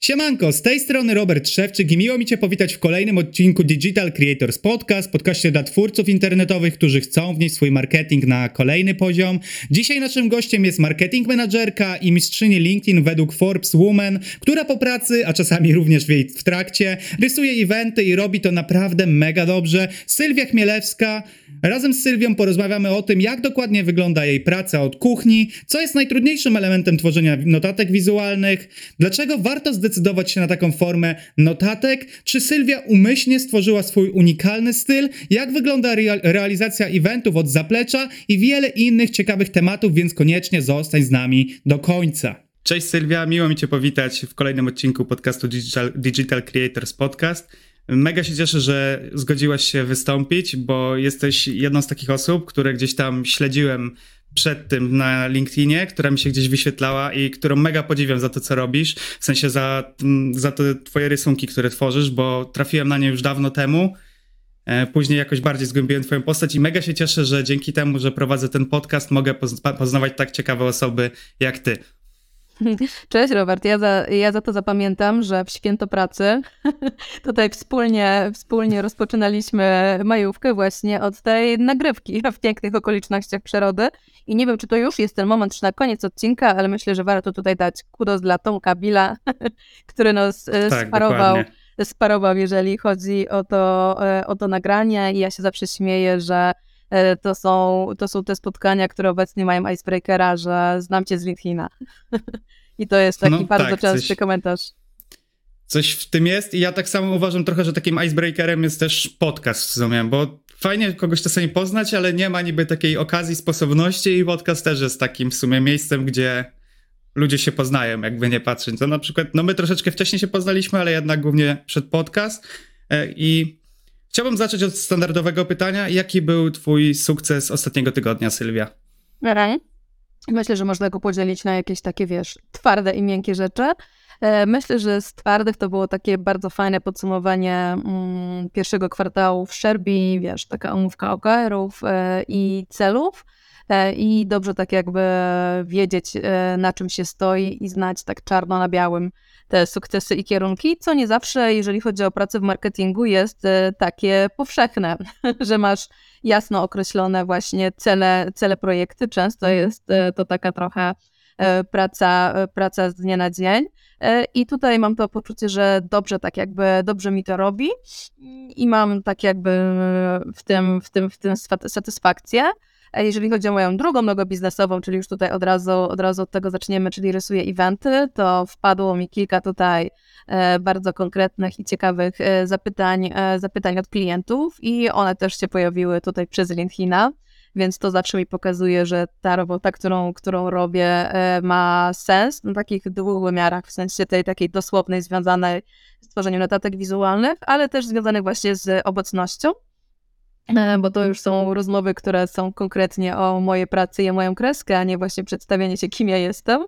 Siemanko, z tej strony Robert Szewczyk i miło mi Cię powitać w kolejnym odcinku Digital Creators Podcast, podcaście dla twórców internetowych, którzy chcą wnieść swój marketing na kolejny poziom. Dzisiaj naszym gościem jest marketing menadżerka i mistrzyni LinkedIn według Forbes Woman, która po pracy, a czasami również w trakcie, rysuje eventy i robi to naprawdę mega dobrze. Sylwia Chmielewska. Razem z Sylwią porozmawiamy o tym, jak dokładnie wygląda jej praca od kuchni, co jest najtrudniejszym elementem tworzenia notatek wizualnych, dlaczego warto zdecydować się na taką formę notatek, czy Sylwia umyślnie stworzyła swój unikalny styl, jak wygląda realizacja eventów od zaplecza i wiele innych ciekawych tematów, więc koniecznie zostań z nami do końca. Cześć Sylwia, miło mi Cię powitać w kolejnym odcinku podcastu Digital Creators Podcast. Mega się cieszę, że zgodziłaś się wystąpić, bo jesteś jedną z takich osób, które gdzieś tam śledziłem przed tym na LinkedInie, która mi się gdzieś wyświetlała i którą mega podziwiam za to, co robisz, w sensie za te twoje rysunki, które tworzysz, bo trafiłem na nie już dawno temu, później jakoś bardziej zgłębiłem twoją postać i mega się cieszę, że dzięki temu, że prowadzę ten podcast, mogę poznawać tak ciekawe osoby jak ty. Cześć Robert, ja za to zapamiętam, że w święto pracy tutaj wspólnie rozpoczynaliśmy majówkę właśnie od tej nagrywki w pięknych okolicznościach przyrody i nie wiem, czy to już jest ten moment, czy na koniec odcinka, ale myślę, że warto tutaj dać kudos dla Tomka Billa, który nas sparował, jeżeli chodzi o to nagranie i ja się zawsze śmieję, że to są te spotkania, które obecnie mają icebreakera, że znam cię z LinkedIna. I to jest taki bardzo częsty komentarz. Coś w tym jest i ja tak samo uważam trochę, że takim icebreakerem jest też podcast w sumie, bo fajnie kogoś czasami poznać, ale nie ma niby takiej okazji, sposobności i podcast też jest takim w sumie miejscem, gdzie ludzie się poznają, jakby nie patrzeć. To na przykład, my troszeczkę wcześniej się poznaliśmy, ale jednak głównie przed podcast i chciałbym zacząć od standardowego pytania. Jaki był twój sukces ostatniego tygodnia, Sylwia? Myślę, że można go podzielić na jakieś takie, twarde i miękkie rzeczy. Myślę, że z twardych to było takie bardzo fajne podsumowanie pierwszego kwartału w Szerbii, taka omówka OKR-ów i celów. I dobrze tak jakby wiedzieć, na czym się stoi i znać tak czarno na białym te sukcesy i kierunki, co nie zawsze, jeżeli chodzi o pracę w marketingu, jest takie powszechne, że masz jasno określone właśnie cele projekty. Często jest to taka trochę praca z dnia na dzień. I tutaj mam to poczucie, że dobrze mi to robi i mam tak jakby w tym satysfakcję. Jeżeli chodzi o moją drugą nogę biznesową, czyli już tutaj od razu od tego zaczniemy, czyli rysuję eventy, to wpadło mi kilka tutaj bardzo konkretnych i ciekawych zapytań od klientów i one też się pojawiły tutaj przez LinkedIna, więc to zawsze mi pokazuje, że ta robota, którą robię, ma sens na takich dwóch wymiarach, w sensie tej takiej dosłownej związanej z tworzeniem notatek wizualnych, ale też związanych właśnie z obecnością. Bo to już są rozmowy, które są konkretnie o mojej pracy i o moją kreskę, a nie właśnie przedstawienie się, kim ja jestem.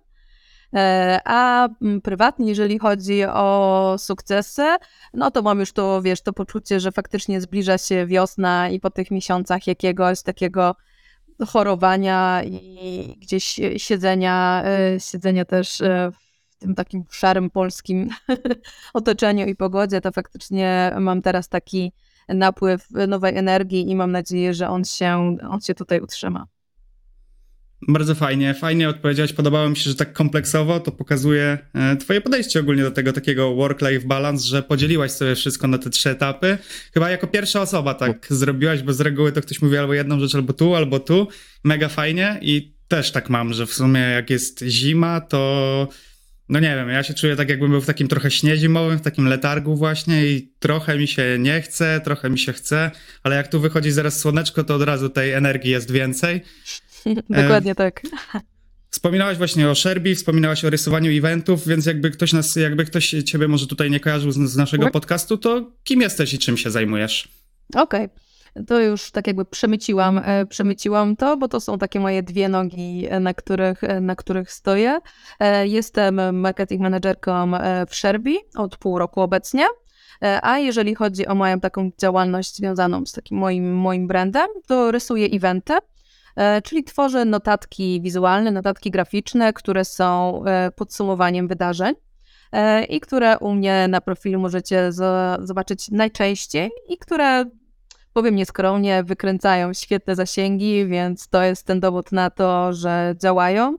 A prywatnie, jeżeli chodzi o sukcesy, no to mam już to poczucie, że faktycznie zbliża się wiosna i po tych miesiącach jakiegoś takiego chorowania i gdzieś siedzenia też w tym takim szarym polskim otoczeniu i pogodzie, to faktycznie mam teraz taki napływ nowej energii i mam nadzieję, że on się tutaj utrzyma. Bardzo fajnie odpowiedziałaś. Podobało mi się, że tak kompleksowo to pokazuje twoje podejście ogólnie do tego takiego work-life balance, że podzieliłaś sobie wszystko na te 3 etapy. Chyba jako pierwsza osoba tak zrobiłaś, bo z reguły to ktoś mówi albo jedną rzecz, albo tu. Mega fajnie i też tak mam, że w sumie jak jest zima, to no nie wiem, ja się czuję tak jakbym był w takim trochę śnie zimowym, w takim letargu właśnie i trochę mi się nie chce, trochę mi się chce, ale jak tu wychodzi zaraz słoneczko, to od razu tej energii jest więcej. Dokładnie tak. Wspominałaś właśnie o Szerbii, wspominałaś o rysowaniu eventów, więc jakby ktoś ciebie może tutaj nie kojarzył z naszego podcastu, to kim jesteś i czym się zajmujesz? Okej. To już tak jakby przemyciłam to, bo to są takie moje 2 nogi, na których stoję. Jestem marketing managerką w Szerbii od pół roku obecnie, a jeżeli chodzi o moją taką działalność związaną z takim moim brandem, to rysuję eventy, czyli tworzę notatki wizualne, notatki graficzne, które są podsumowaniem wydarzeń. i które u mnie na profilu możecie zobaczyć najczęściej i które, powiem nieskromnie, wykręcają świetne zasięgi, więc to jest ten dowód na to, że działają.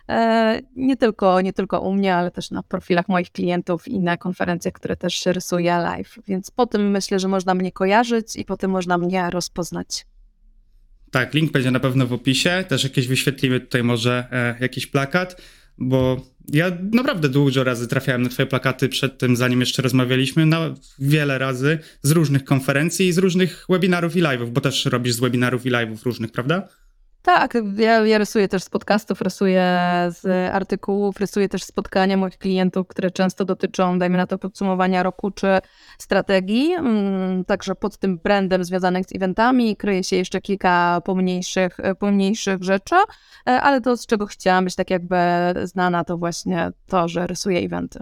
Nie tylko u mnie, ale też na profilach moich klientów i na konferencjach, które też rysuję live. Więc po tym myślę, że można mnie kojarzyć i po tym można mnie rozpoznać. Tak, link będzie na pewno w opisie, też jakieś wyświetlimy tutaj może jakiś plakat, bo ja naprawdę dużo razy trafiałem na twoje plakaty przed tym, zanim jeszcze rozmawialiśmy, wiele razy z różnych konferencji i z różnych webinarów i live'ów, bo też robisz z webinarów i live'ów różnych, prawda? Tak, ja rysuję też z podcastów, rysuję z artykułów, rysuję też spotkania moich klientów, które często dotyczą, dajmy na to, podsumowania roku czy strategii. Także pod tym brandem związanych z eventami kryje się jeszcze kilka pomniejszych rzeczy, ale to, z czego chciałam być tak jakby znana, to właśnie to, że rysuję eventy.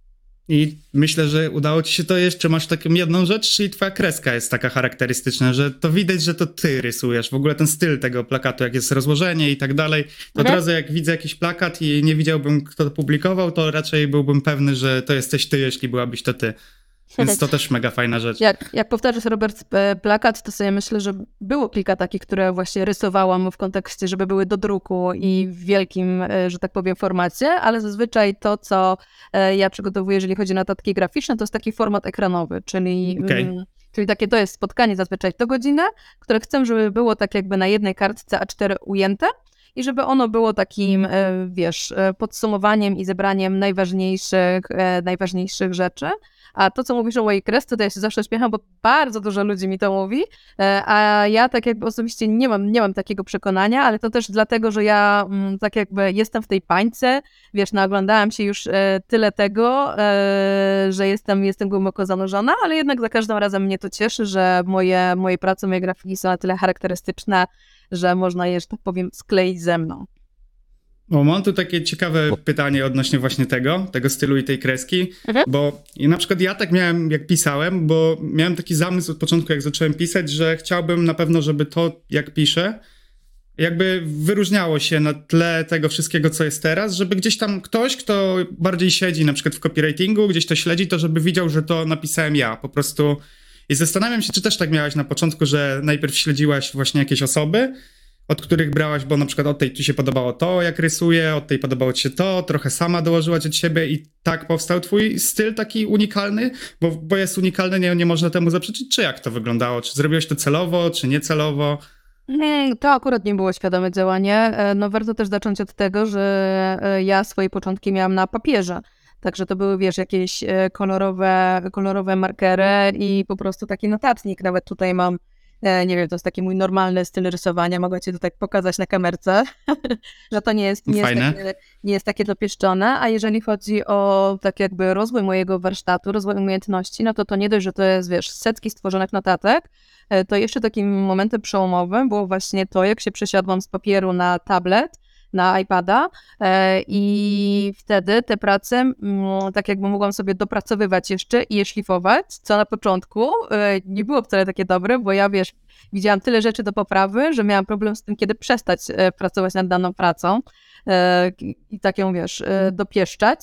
I myślę, że udało ci się to jeszcze, masz taką jedną rzecz, czyli twoja kreska jest taka charakterystyczna, że to widać, że to ty rysujesz. W ogóle ten styl tego plakatu, jak jest rozłożenie i tak dalej, to od razu jak widzę jakiś plakat i nie widziałbym, kto to publikował, to raczej byłbym pewny, że to jesteś ty, jeśli byłabyś to ty. Więc to też mega fajna rzecz. Jak powtarzasz, Robert, plakat, to sobie myślę, że było kilka takich, które właśnie rysowałam w kontekście, żeby były do druku i w wielkim, że tak powiem, formacie, ale zazwyczaj to, co ja przygotowuję, jeżeli chodzi o notatki graficzne, to jest taki format ekranowy, czyli takie to jest spotkanie zazwyczaj do godziny, które chcę, żeby było tak jakby na jednej kartce A4 ujęte i żeby ono było takim, podsumowaniem i zebraniem najważniejszych rzeczy. A to, co mówisz o mojej kresce, to ja się zawsze śmiecham, bo bardzo dużo ludzi mi to mówi, a ja tak jakby osobiście nie mam takiego przekonania, ale to też dlatego, że ja tak jakby jestem w tej bańce, naoglądałam się już tyle tego, że jestem głęboko zanurzona, ale jednak za każdym razem mnie to cieszy, że moje prace, moje grafiki są na tyle charakterystyczne, że można je, że tak powiem, skleić ze mną. O, mam tu takie ciekawe pytanie odnośnie właśnie tego stylu i tej kreski, bo na przykład ja tak miałem, jak pisałem, bo miałem taki zamysł od początku, jak zacząłem pisać, że chciałbym na pewno, żeby to, jak piszę, jakby wyróżniało się na tle tego wszystkiego, co jest teraz, żeby gdzieś tam ktoś, kto bardziej siedzi na przykład w copywritingu, gdzieś to śledzi, to żeby widział, że to napisałem ja, po prostu. I zastanawiam się, czy też tak miałaś na początku, że najpierw śledziłaś właśnie jakieś osoby, od których brałaś, bo na przykład od tej ci się podobało to, jak rysuje, od tej podobało ci się to, trochę sama dołożyłaś od siebie i tak powstał twój styl taki unikalny, bo jest unikalny, nie można temu zaprzeczyć, czy jak to wyglądało? Czy zrobiłeś to celowo, czy niecelowo? To akurat nie było świadome działanie. No warto też zacząć od tego, że ja swoje początki miałam na papierze. Także to były, jakieś kolorowe markery i po prostu taki notatnik. Nawet tutaj mam, nie wiem, to jest taki mój normalny styl rysowania. Mogę ci tutaj pokazać na kamerce, że to nie jest takie dopieszczone. A jeżeli chodzi o tak jakby rozwój mojego warsztatu, rozwój umiejętności, no to nie dość, że to jest, setki stworzonych notatek, to jeszcze takim momentem przełomowym było właśnie to, jak się przesiadłam z papieru na tablet, na iPada i wtedy te prace tak jakby mogłam sobie dopracowywać jeszcze i je szlifować, co na początku nie było wcale takie dobre, bo ja widziałam tyle rzeczy do poprawy, że miałam problem z tym, kiedy przestać pracować nad daną pracą i tak ją dopieszczać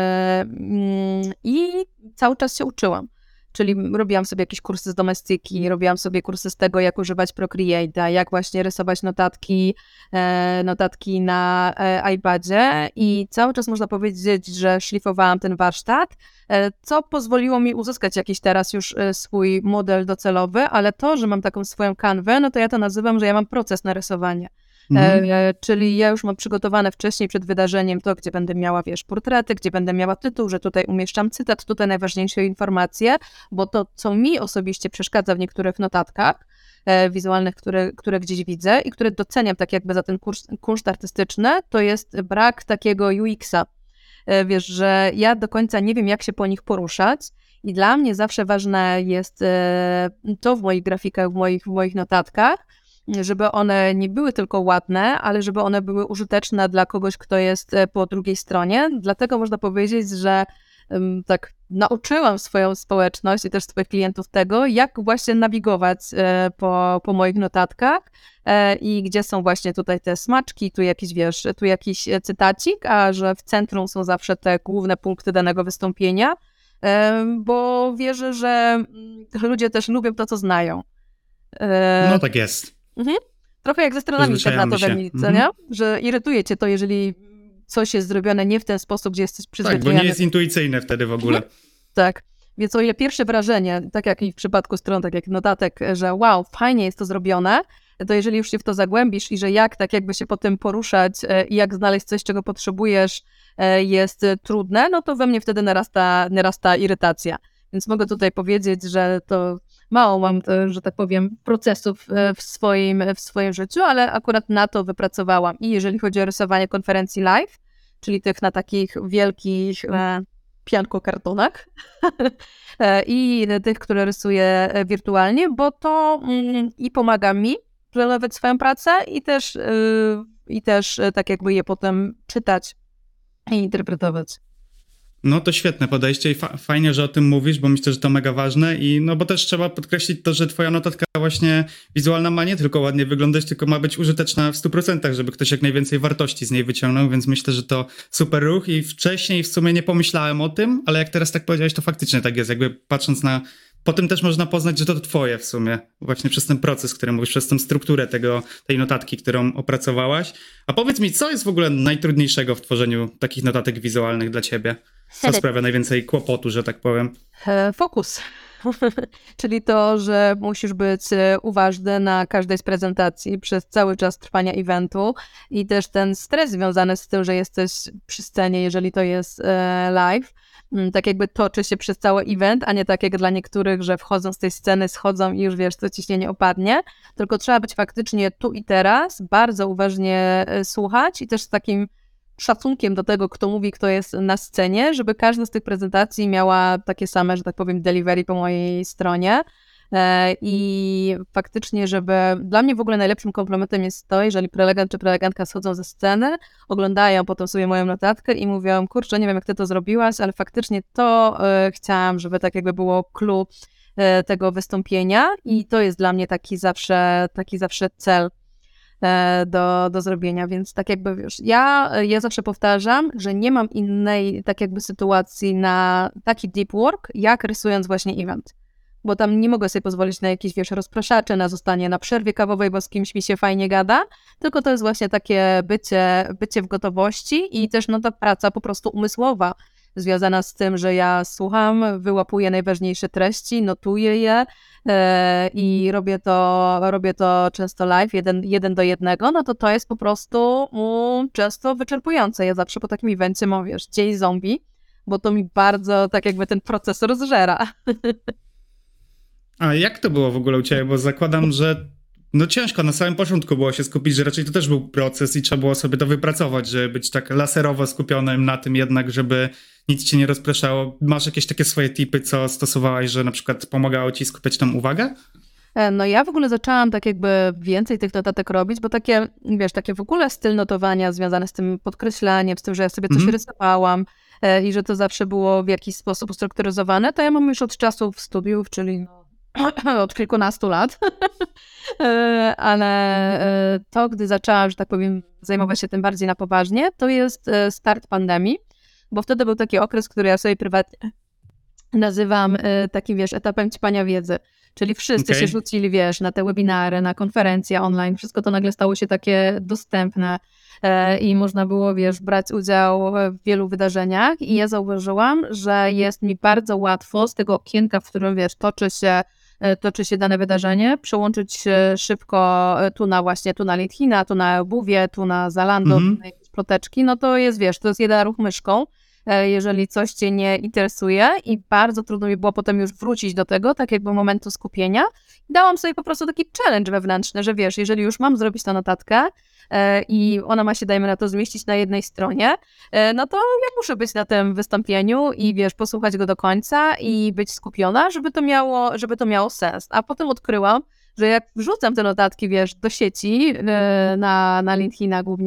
i cały czas się uczyłam. Czyli robiłam sobie jakieś kursy z domestyki, robiłam sobie kursy z tego, jak używać Procreate'a, jak właśnie rysować notatki na iPadzie i cały czas można powiedzieć, że szlifowałam ten warsztat, co pozwoliło mi uzyskać jakiś teraz już swój model docelowy, ale to, że mam taką swoją kanwę, no to ja to nazywam, że ja mam proces na rysowanie. Czyli ja już mam przygotowane wcześniej przed wydarzeniem to, gdzie będę miała, portrety, gdzie będę miała tytuł, że tutaj umieszczam cytat, tutaj najważniejsze informacje, bo to, co mi osobiście przeszkadza w niektórych notatkach wizualnych, które gdzieś widzę i które doceniam tak jakby za ten kunszt artystyczny, to jest brak takiego UX-a. Że ja do końca nie wiem, jak się po nich poruszać i dla mnie zawsze ważne jest to w moich grafikach, w moich notatkach, żeby one nie były tylko ładne, ale żeby one były użyteczne dla kogoś, kto jest po drugiej stronie. Dlatego można powiedzieć, że tak nauczyłam swoją społeczność i też swoich klientów tego, jak właśnie nawigować po moich notatkach i gdzie są właśnie tutaj te smaczki, tu jakiś, wiesz, tu jakiś cytacik, a że w centrum są zawsze te główne punkty danego wystąpienia, bo wierzę, że ludzie też lubią to, co znają. No tak jest. Trochę jak ze stronami internetowymi, co nie? Że irytuje cię to, jeżeli coś jest zrobione nie w ten sposób, gdzie jesteś przyzwyczajony. Tak, bo nie jest intuicyjne wtedy w ogóle. Tak. Więc o ile pierwsze wrażenie, tak jak i w przypadku stron, tak jak notatek, że wow, fajnie jest to zrobione, to jeżeli już się w to zagłębisz i że jak tak jakby się po tym poruszać i jak znaleźć coś, czego potrzebujesz, jest trudne, no to we mnie wtedy narasta irytacja. Więc mogę tutaj powiedzieć, że to mało mam, że tak powiem, procesów w swoim życiu, ale akurat na to wypracowałam. I jeżeli chodzi o rysowanie konferencji live, czyli tych na takich wielkich piankokartonach i tych, które rysuję wirtualnie, bo to i pomaga mi planować swoją pracę i też tak jakby je potem czytać i interpretować. No to świetne podejście i fajnie, że o tym mówisz, bo myślę, że to mega ważne i no bo też trzeba podkreślić to, że twoja notatka właśnie wizualna ma nie tylko ładnie wyglądać, tylko ma być użyteczna w 100%, żeby ktoś jak najwięcej wartości z niej wyciągnął, więc myślę, że to super ruch i wcześniej w sumie nie pomyślałem o tym, ale jak teraz tak powiedziałeś, to faktycznie tak jest, jakby patrząc na... Po tym też można poznać, że to twoje w sumie, właśnie przez ten proces, który mówisz, przez tą strukturę tej notatki, którą opracowałaś. A powiedz mi, co jest w ogóle najtrudniejszego w tworzeniu takich notatek wizualnych dla ciebie? Co sprawia najwięcej kłopotu, że tak powiem? Fokus. Czyli to, że musisz być uważny na każdej z prezentacji przez cały czas trwania eventu i też ten stres związany z tym, że jesteś przy scenie, jeżeli to jest live, tak jakby toczy się przez cały event, a nie tak jak dla niektórych, że wchodzą z tej sceny, schodzą i już wiesz, to ciśnienie opadnie, tylko trzeba być faktycznie tu i teraz, bardzo uważnie słuchać i też z takim szacunkiem do tego, kto mówi, kto jest na scenie, żeby każda z tych prezentacji miała takie same, że tak powiem, delivery po mojej stronie. I faktycznie, żeby dla mnie w ogóle najlepszym komplementem jest to, jeżeli prelegent czy prelegentka schodzą ze sceny, oglądają potem sobie moją notatkę i mówią, kurczę, nie wiem jak ty to zrobiłaś, ale faktycznie to chciałam, żeby tak jakby było clue tego wystąpienia i to jest dla mnie taki zawsze cel do zrobienia, więc tak jakby wiesz, ja zawsze powtarzam, że nie mam innej tak jakby sytuacji na taki deep work, jak rysując właśnie event. Bo tam nie mogę sobie pozwolić na jakieś, wiesz, rozpraszacze, na zostanie na przerwie kawowej, bo z kimś mi się fajnie gada, tylko to jest właśnie takie bycie w gotowości i też no ta praca po prostu umysłowa, związana z tym, że ja słucham, wyłapuję najważniejsze treści, notuję je i robię to często live, jeden do jednego, no to jest po prostu często wyczerpujące. Ja zawsze po takim evencie mam, wiesz, dzień zombie, bo to mi bardzo tak jakby ten proces rozżera. A jak to było w ogóle u ciebie? Bo zakładam, że no ciężko na samym początku było się skupić, że raczej to też był proces i trzeba było sobie to wypracować, żeby być tak laserowo skupionym na tym jednak, żeby nic cię nie rozpraszało. Masz jakieś takie swoje tipy, co stosowałaś, że na przykład pomagało ci skupiać tam uwagę? No ja w ogóle zaczęłam tak jakby więcej tych notatek robić, bo takie, wiesz, takie w ogóle styl notowania związane z tym podkreślaniem, z tym, że ja sobie coś rysowałam i że to zawsze było w jakiś sposób ustrukturyzowane, to ja mam już od czasów studiów, czyli od kilkunastu lat, ale to, gdy zaczęłam, że tak powiem, zajmować się tym bardziej na poważnie, to jest start pandemii, bo wtedy był taki okres, który ja sobie prywatnie nazywam takim, wiesz, etapem ćpania wiedzy, czyli wszyscy się rzucili, wiesz, na te webinary, na konferencje online, wszystko to nagle stało się takie dostępne i można było, wiesz, brać udział w wielu wydarzeniach i ja zauważyłam, że jest mi bardzo łatwo z tego okienka, w którym, wiesz, toczy się dane wydarzenie, przełączyć szybko tu na LinkedIna, tu na Buwie, tu na Zalando, tu na jakieś ploteczki, no to jest, wiesz, to jest jeden ruch myszką, jeżeli coś cię nie interesuje i bardzo trudno mi było potem już wrócić do tego, tak jakby momentu skupienia. Dałam sobie po prostu taki challenge wewnętrzny, że wiesz, jeżeli już mam zrobić tę notatkę i ona ma się, dajmy na to, zmieścić na jednej stronie, no to ja muszę być na tym wystąpieniu i wiesz, posłuchać go do końca i być skupiona, żeby to miało sens. A potem odkryłam, że jak wrzucam te notatki, wiesz, do sieci, na LinkedIna głównie,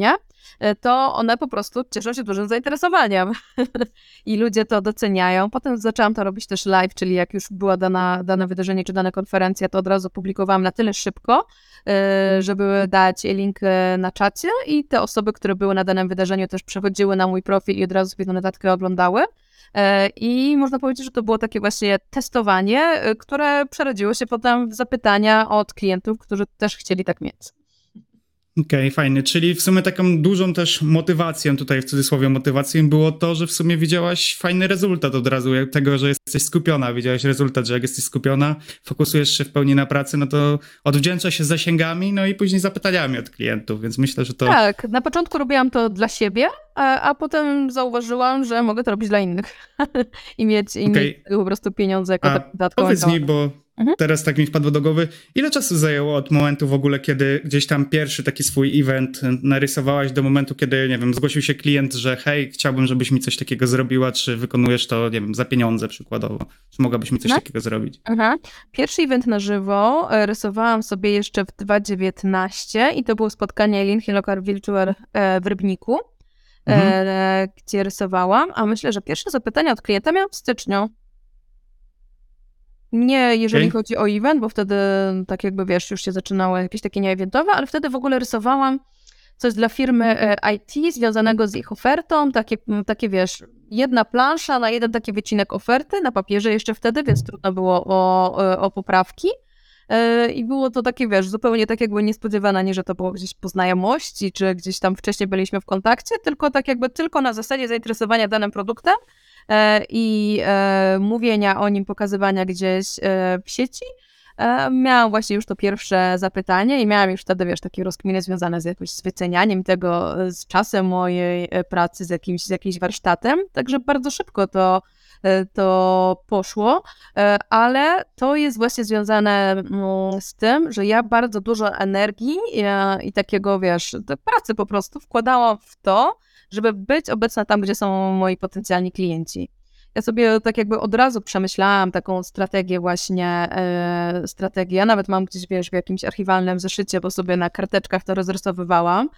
to one po prostu cieszą się dużym zainteresowaniem i ludzie to doceniają. Potem zaczęłam to robić też live, czyli jak już była dane wydarzenie czy dana konferencja, to od razu publikowałam na tyle szybko, żeby dać link na czacie i te osoby, które były na danym wydarzeniu też przechodziły na mój profil i od razu sobie tę notatkę oglądały. I można powiedzieć, że to było takie właśnie testowanie, które przerodziło się potem w zapytania od klientów, którzy też chcieli tak mieć. Okej, fajnie. Czyli w sumie taką dużą też motywacją, tutaj w cudzysłowie motywacją było to, że w sumie widziałaś fajny rezultat od razu tego, że jesteś skupiona. Widziałaś rezultat, że jak jesteś skupiona, fokusujesz się w pełni na pracy, no to odwdzięcza się zasięgami, no i później zapytaniami od klientów, więc myślę, że to... Tak, na początku robiłam to dla siebie, a potem zauważyłam, że mogę to robić dla innych i mieć po prostu pieniądze jako dodatkowe. Powiedz mi, bo teraz tak mi wpadło do głowy, ile czasu zajęło od momentu w ogóle, kiedy gdzieś tam pierwszy taki swój event narysowałaś do momentu, kiedy, nie wiem, zgłosił się klient, że hej, chciałbym, żebyś mi coś takiego zrobiła, czy wykonujesz to, nie wiem, za pieniądze przykładowo, czy mogłabyś mi coś takiego zrobić? Pierwszy event na żywo rysowałam sobie jeszcze w 2019 i to było spotkanie Linki Local Virtual w Rybniku, gdzie rysowałam, a myślę, że pierwsze zapytania od klienta miałam w styczniu. Nie jeżeli chodzi o event, bo wtedy tak jakby wiesz, już się zaczynało jakieś takie nieeventowe, ale wtedy w ogóle rysowałam coś dla firmy IT związanego z ich ofertą, takie wiesz, jedna plansza na jeden taki wycinek oferty na papierze jeszcze wtedy, więc trudno było o poprawki. I było to takie, wiesz, zupełnie tak jakby niespodziewane, nie, że to było gdzieś po znajomości, czy gdzieś tam wcześniej byliśmy w kontakcie, tylko tak jakby tylko na zasadzie zainteresowania danym produktem i mówienia o nim, pokazywania gdzieś w sieci. Miałam właśnie już to pierwsze zapytanie i miałam już wtedy, wiesz, takie rozkminy związane z wycenianiem tego, z czasem mojej pracy, z jakimś warsztatem, także bardzo szybko to poszło, ale to jest właśnie związane z tym, że ja bardzo dużo energii i takiego, wiesz, pracy po prostu wkładałam w to, żeby być obecna tam, gdzie są moi potencjalni klienci. Ja sobie tak jakby od razu przemyślałam taką strategię właśnie, ja nawet mam gdzieś, wiesz, w jakimś archiwalnym zeszycie, bo sobie na karteczkach to rozrysowywałam,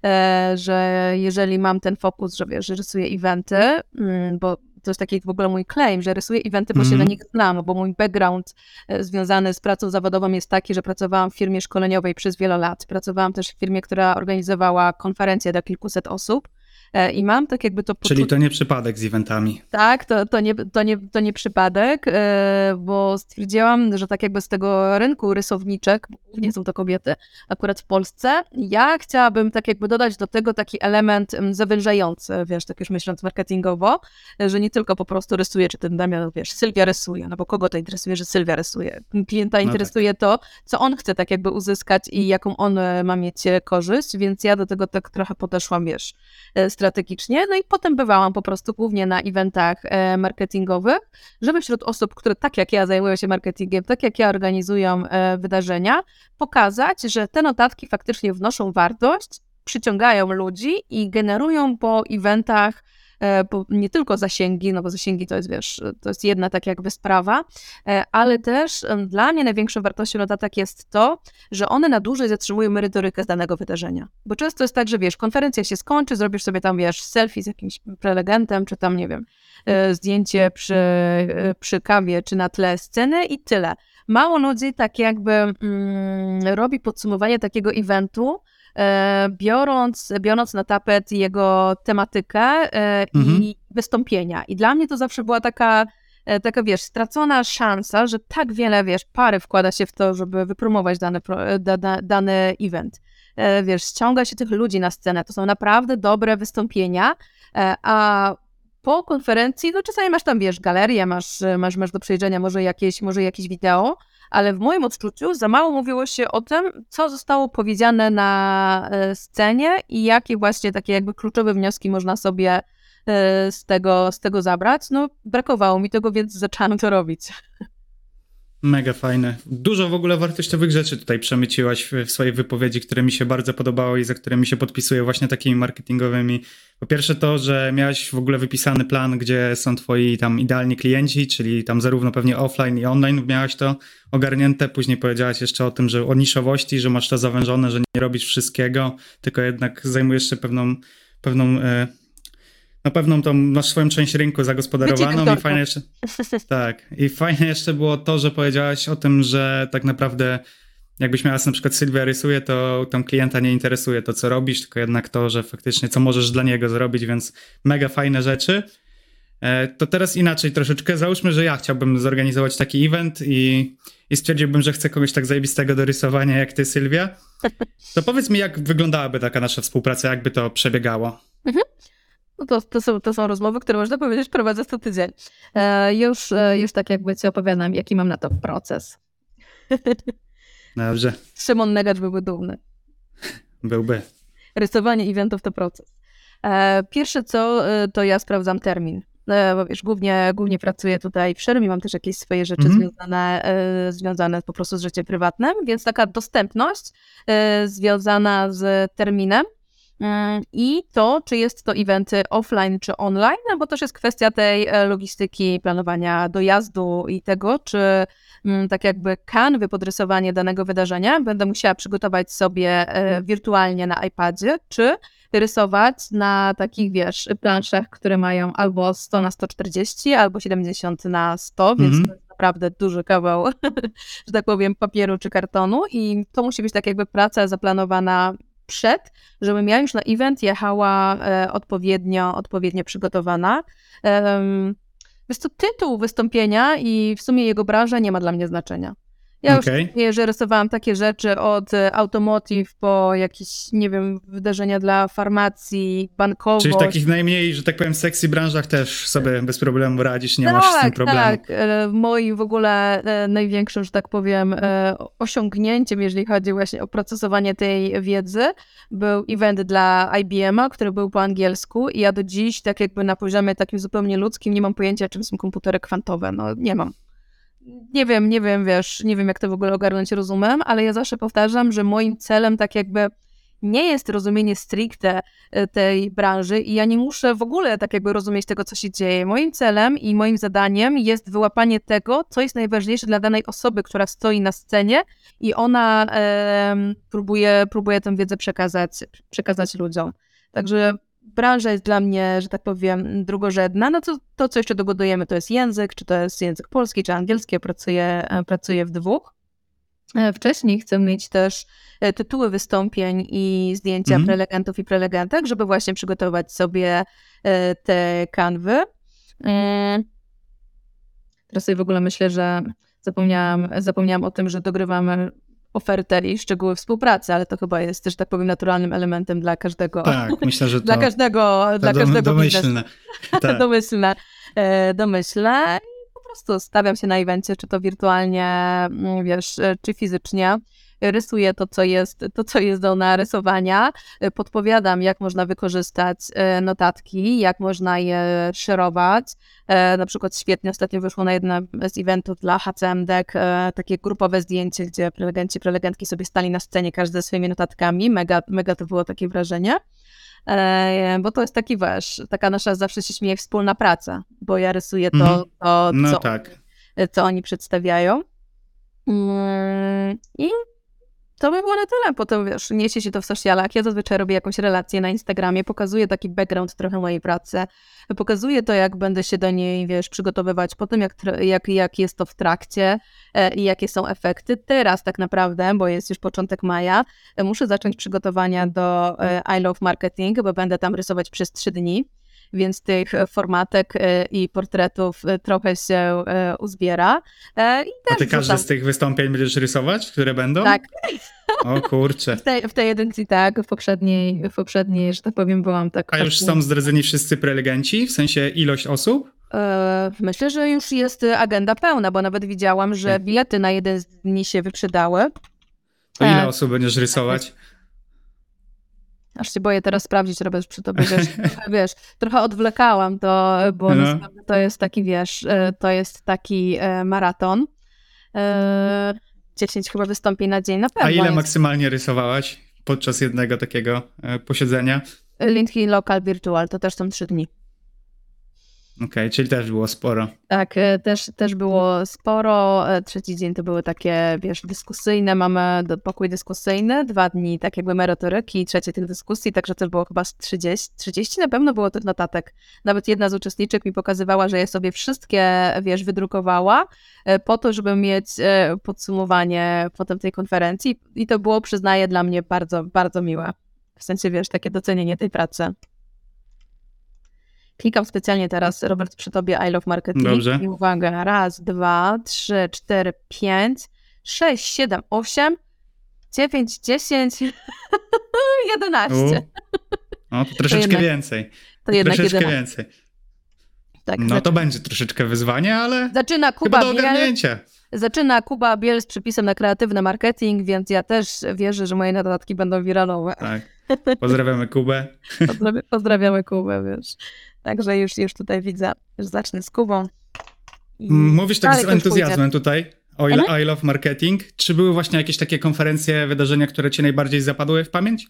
że jeżeli mam ten fokus, że wiesz, że rysuję eventy, bo to jest taki w ogóle mój claim, że rysuję eventy, bo się na nich znam, bo mój background związany z pracą zawodową jest taki, że pracowałam w firmie szkoleniowej przez wiele lat. Pracowałam też w firmie, która organizowała konferencje dla kilkuset osób. I mam tak jakby to poczucie... Czyli to nie przypadek z eventami. Tak, to nie przypadek, bo stwierdziłam, że tak jakby z tego rynku rysowniczek, głównie są to kobiety, akurat w Polsce, ja chciałabym tak jakby dodać do tego taki element zawężający, wiesz, tak już myśląc marketingowo, że nie tylko po prostu rysuję, czy ten Damian, wiesz, Sylwia rysuje, no bo kogo to interesuje, że Sylwia rysuje? Klienta interesuje to, co on chce tak jakby uzyskać i jaką on ma mieć korzyść, więc ja do tego tak trochę podeszłam, wiesz, strategicznie, no i potem bywałam po prostu głównie na eventach marketingowych, żeby wśród osób, które tak jak ja zajmują się marketingiem, tak jak ja organizują wydarzenia, pokazać, że te notatki faktycznie wnoszą wartość, przyciągają ludzi i generują po eventach nie tylko zasięgi, no bo zasięgi to jest, wiesz, to jest jedna tak jakby sprawa, ale też dla mnie największą wartością notatek jest to, że one na dłużej zatrzymują merytorykę z danego wydarzenia. Bo często jest tak, że wiesz, konferencja się skończy, zrobisz sobie tam, wiesz, selfie z jakimś prelegentem, czy tam, nie wiem, zdjęcie przy kawie, czy na tle sceny i tyle. Mało ludzi tak jakby robi podsumowanie takiego eventu, biorąc na tapet jego tematykę i wystąpienia. I dla mnie to zawsze była taka, wiesz, stracona szansa, że tak wiele, wiesz, pary wkłada się w to, żeby wypromować dany event. Wiesz, ściąga się tych ludzi na scenę. To są naprawdę dobre wystąpienia, a po konferencji, no czasami masz tam, wiesz, galerię, masz do przejrzenia może jakieś wideo, ale w moim odczuciu za mało mówiło się o tym, co zostało powiedziane na scenie i jakie właśnie takie jakby kluczowe wnioski można sobie z tego zabrać. No brakowało mi tego, więc zaczęłam to robić. Mega fajne. Dużo w ogóle wartościowych rzeczy tutaj przemyciłaś w swojej wypowiedzi, które mi się bardzo podobały i za które mi się podpisuję właśnie takimi marketingowymi. Po pierwsze to, że miałaś w ogóle wypisany plan, gdzie są twoi tam idealni klienci, czyli tam zarówno pewnie offline i online miałaś to ogarnięte. Później powiedziałaś jeszcze o tym, że o niszowości, że masz to zawężone, że nie robisz wszystkiego, tylko jednak zajmujesz się pewną tą, masz swoją część rynku zagospodarowaną i fajne jeszcze, tak, i fajne jeszcze było to, że powiedziałaś o tym, że tak naprawdę jakbyś miała na przykład Sylwia rysuje, to tam klienta nie interesuje to, co robisz, tylko jednak to, że faktycznie co możesz dla niego zrobić, więc mega fajne rzeczy. To teraz inaczej troszeczkę, załóżmy, że ja chciałbym zorganizować taki event i stwierdziłbym, że chcę kogoś tak zajebistego do rysowania jak ty, Sylwia. To powiedz mi, jak wyglądałaby taka nasza współpraca, jakby to przebiegało? No to są rozmowy, które można powiedzieć prowadzę co tydzień. Już tak jakby ci opowiadam, jaki mam na to proces. Dobrze. Szymon Negacz byłby dumny. Byłby. Rysowanie eventów to proces. Pierwsze co, to ja sprawdzam termin. Bo wiesz, głównie pracuję tutaj w Sherm i mam też jakieś swoje rzeczy związane po prostu z życiem prywatnym, więc taka dostępność związana z terminem i to, czy jest to eventy offline czy online, no bo też jest kwestia tej logistyki, planowania dojazdu i tego, czy tak jakby kanwy podrysowanie danego wydarzenia będę musiała przygotować sobie wirtualnie na iPadzie, czy rysować na takich, wiesz, planszach, które mają albo 100 na 140, albo 70 na 100, więc to jest naprawdę duży kawał, że tak powiem, papieru czy kartonu i to musi być tak jakby praca zaplanowana żebym ja już na event jechała odpowiednio przygotowana. Jest to tytuł wystąpienia i w sumie jego branża nie ma dla mnie znaczenia. Ja już że rysowałam takie rzeczy od automotive po jakieś, nie wiem, wydarzenia dla farmacji, bankowość. Czyli w takich najmniej, że tak powiem, sexy branżach też sobie bez problemu radzisz, nie masz z tym problemu. Tak, moim w ogóle największym, że tak powiem, osiągnięciem, jeżeli chodzi właśnie o procesowanie tej wiedzy, był event dla IBM-a, który był po angielsku i ja do dziś, tak jakby na poziomie takim zupełnie ludzkim, nie mam pojęcia, czym są komputery kwantowe. No nie mam. Nie wiem, wiesz, nie wiem jak to w ogóle ogarnąć rozumem, ale ja zawsze powtarzam, że moim celem tak jakby nie jest rozumienie stricte tej branży i ja nie muszę w ogóle tak jakby rozumieć tego, co się dzieje. Moim celem i moim zadaniem jest wyłapanie tego, co jest najważniejsze dla danej osoby, która stoi na scenie i ona próbuje tę wiedzę przekazać ludziom. Także branża jest dla mnie, że tak powiem, drugorzędna. No to co jeszcze dogodujemy, to jest język, czy to jest język polski, czy angielski. Ja pracuję w dwóch. Wcześniej chcę mieć też tytuły wystąpień i zdjęcia prelegentów i prelegentek, żeby właśnie przygotować sobie te kanwy. Teraz sobie w ogóle myślę, że zapomniałam o tym, że dogrywamy ofertę i szczegóły współpracy, ale to chyba jest też, tak powiem, naturalnym elementem dla każdego. Tak, myślę, że to dla każdego domyślne. Tak. Domyślne. I po prostu stawiam się na evencie, czy to wirtualnie, wiesz, czy fizycznie. Rysuję to, co jest do narysowania. Podpowiadam, jak można wykorzystać notatki, jak można je szerować. Na przykład świetnie ostatnio wyszło na jednym z eventów dla HCMDek takie grupowe zdjęcie, gdzie prelegenci, prelegentki sobie stali na scenie, każdy ze swoimi notatkami. Mega to było takie wrażenie. Bo to jest taki, wiesz, taka nasza, zawsze się śmieje, wspólna praca, bo ja rysuję co oni przedstawiają. I to by było na tyle. Potem, wiesz, niesie się to w socialach. Ja zazwyczaj robię jakąś relację na Instagramie, pokazuję taki background trochę mojej pracy, pokazuję to, jak będę się do niej, wiesz, przygotowywać po tym, jak jest to w trakcie i jakie są efekty. Teraz tak naprawdę, bo jest już początek maja, muszę zacząć przygotowania do I Love Marketing, bo będę tam rysować przez 3 dni. Więc tych formatek i portretów trochę się uzbiera. I a ty każde z tych wystąpień będziesz rysować, które będą? Tak. O kurczę. W tej edycji tak, w poprzedniej, że tak powiem, byłam tak... A już są zdradzeni wszyscy prelegenci, w sensie ilość osób? Myślę, że już jest agenda pełna, bo nawet widziałam, że bilety na jeden z dni się wyprzedały. To ile osób będziesz rysować? Aż się boję teraz sprawdzić, Robert, przy tobie, wiesz, trochę odwlekałam to, bo to jest taki, wiesz, to jest taki maraton. 10 chyba wystąpień na dzień, na pewno. A ile jest. maksymalnie rysowałaś podczas jednego takiego posiedzenia? Linky Local Virtual, to też są 3 dni. Okej, czyli też było sporo. Tak, też było sporo. Trzeci dzień to były takie, wiesz, dyskusyjne. Mamy pokój dyskusyjny, 2 dni tak jakby merytoryki, trzecie tych dyskusji, także też było chyba z 30 na pewno było tych notatek. Nawet jedna z uczestniczek mi pokazywała, że je sobie wszystkie, wiesz, wydrukowała po to, żeby mieć podsumowanie potem tej konferencji i to było, przyznaję, dla mnie bardzo, bardzo miłe. W sensie, wiesz, takie docenienie tej pracy. Klikam specjalnie teraz, Robert, przy tobie I Love Marketing. Dobrze. I uwaga, 1, 2, 3, 4, 5, 6, 7, 8, 9, 10, 11. No, to troszeczkę jednak- więcej. To jednak Troszeczkę 11. więcej. Tak, No to będzie troszeczkę wyzwanie, ale zaczyna chyba Kuba do Biel. ogarnięcia. Zaczyna Kuba Biel z przepisem na kreatywny marketing, więc ja też wierzę, że moje notatki będą wiralowe. Tak. Pozdrawiamy Kubę. Pozdrawiamy Kubę, wiesz. Także już tutaj widzę, że zacznę z Kubą. I Mówisz tak dalej z to już entuzjazmem tutaj o I Love Marketing. Czy były właśnie jakieś takie konferencje, wydarzenia, które ci najbardziej zapadły w pamięć?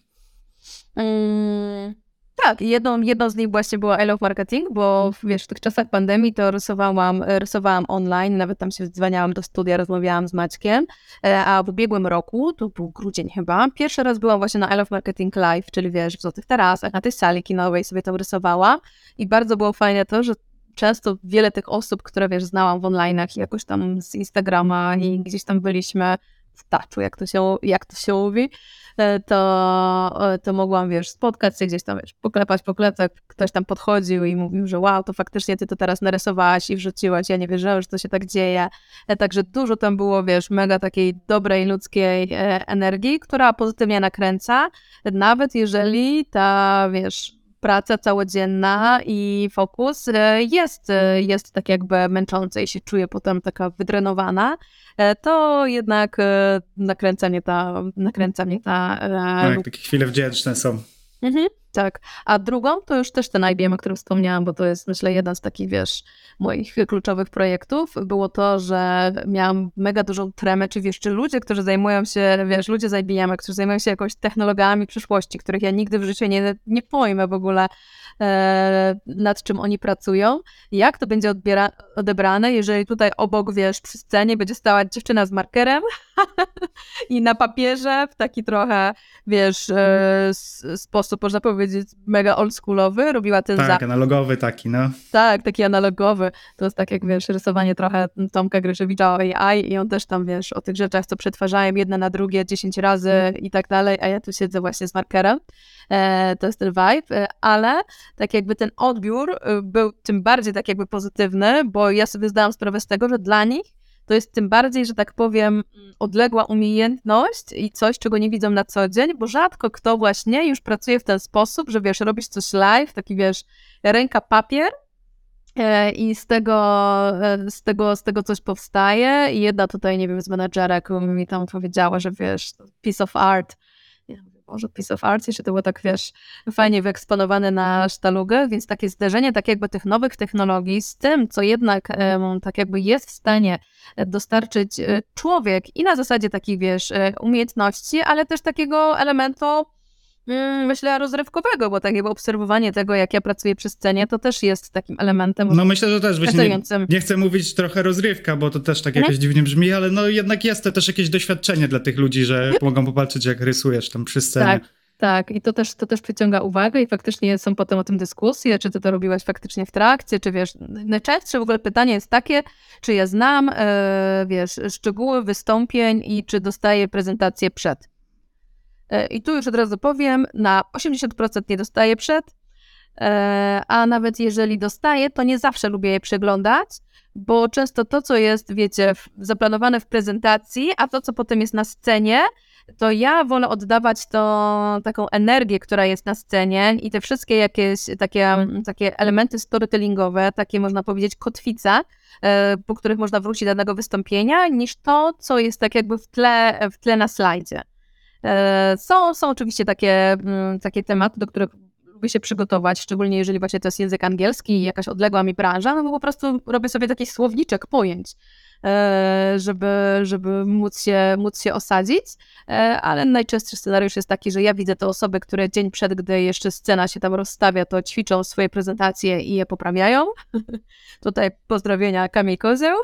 Tak, jedną z nich właśnie była I Love Marketing, bo wiesz, w tych czasach pandemii to rysowałam online, nawet tam się dzwaniałam do studia, rozmawiałam z Maćkiem, a w ubiegłym roku, to był grudzień chyba, pierwszy raz byłam właśnie na I Love Marketing Live, czyli wiesz, w Złotych Tarasach, na tej sali kinowej sobie tam rysowała i bardzo było fajne to, że często wiele tych osób, które wiesz, znałam w online'ach, jakoś tam z Instagrama i gdzieś tam byliśmy w touchu, jak to się mówi, to mogłam, wiesz, spotkać się gdzieś tam, wiesz, poklepać po plecach, ktoś tam podchodził i mówił, że wow, to faktycznie ty to teraz narysowałaś i wrzuciłaś, ja nie wierzyłam, że to się tak dzieje. Także dużo tam było, wiesz, mega takiej dobrej ludzkiej energii, która pozytywnie nakręca, nawet jeżeli ta, wiesz, praca całodzienna i fokus jest tak jakby męcząca i się czuję potem taka wydrenowana, to jednak nakręca mnie ta Tak, takie chwile wdzięczne są. tak. A drugą to już też ten IBM, o którym wspomniałam, bo to jest, myślę, jeden z takich, wiesz, moich kluczowych projektów, było to, że miałam mega dużą tremę, czy wiesz, czy ludzie, którzy zajmują się, wiesz, ludzie z IBM, którzy zajmują się jakąś technologiami przyszłości, których ja nigdy w życiu nie pojmę w ogóle, nad czym oni pracują, jak to będzie odebrane, jeżeli tutaj obok, wiesz, przy scenie będzie stała dziewczyna z markerem i na papierze w taki trochę, wiesz, sposób, można powiedzieć, mega oldschoolowy, robiła ten Tak, analogowy taki, no. Tak, taki analogowy. To jest tak jak, wiesz, rysowanie trochę Tomka Gryszewicza o AI i on też tam, wiesz, o tych rzeczach, co przetwarzałem jedne na drugie 10 razy i tak dalej, a ja tu siedzę właśnie z markerem. To jest ten vibe, ale tak jakby ten odbiór był tym bardziej tak jakby pozytywny, bo ja sobie zdałam sprawę z tego, że dla nich to jest tym bardziej, że tak powiem, odległa umiejętność i coś, czego nie widzą na co dzień, bo rzadko kto właśnie już pracuje w ten sposób, że wiesz, robisz coś live, taki wiesz, ręka, papier i z tego coś powstaje i jedna tutaj, nie wiem, z menadżerek mi tam powiedziała, że wiesz, piece of art, może piece of art, jeszcze to było tak, wiesz, fajnie wyeksponowane na sztalugę, więc takie zderzenie tak jakby tych nowych technologii z tym, co jednak tak jakby jest w stanie dostarczyć człowiek i na zasadzie takich, wiesz, umiejętności, ale też takiego elementu, myślę, rozrywkowego, bo takie obserwowanie tego, jak ja pracuję przy scenie, to też jest takim elementem. No myślę, że też właśnie Interesującym. nie chcę mówić trochę rozrywka, bo to też tak jakoś dziwnie brzmi, ale no jednak jest to też jakieś doświadczenie dla tych ludzi, że mogą popatrzeć, jak rysujesz tam przy scenie. Tak, i to też przyciąga uwagę i faktycznie są potem o tym dyskusje, czy ty to robiłaś faktycznie w trakcie, czy wiesz, najczęstsze w ogóle pytanie jest takie, czy ja znam, wiesz, szczegóły wystąpień i czy dostaję prezentację przed. I tu już od razu powiem, na 80% nie dostaję przed, a nawet jeżeli dostaję, to nie zawsze lubię je przeglądać, bo często to, co jest, wiecie, zaplanowane w prezentacji, a to, co potem jest na scenie, to ja wolę oddawać taką energię, która jest na scenie i te wszystkie jakieś takie elementy storytellingowe, takie można powiedzieć kotwice, po których można wrócić do danego wystąpienia, niż to, co jest tak jakby w tle na slajdzie. Są oczywiście takie tematy, do których lubię się przygotować, szczególnie jeżeli właśnie to jest język angielski i jakaś odległa mi branża, no bo po prostu robię sobie taki słowniczek pojęć. żeby móc się osadzić, ale najczęstszy scenariusz jest taki, że ja widzę te osoby, które dzień przed, gdy jeszcze scena się tam rozstawia, to ćwiczą swoje prezentacje i je poprawiają. Tutaj pozdrowienia Kamil Kozioł.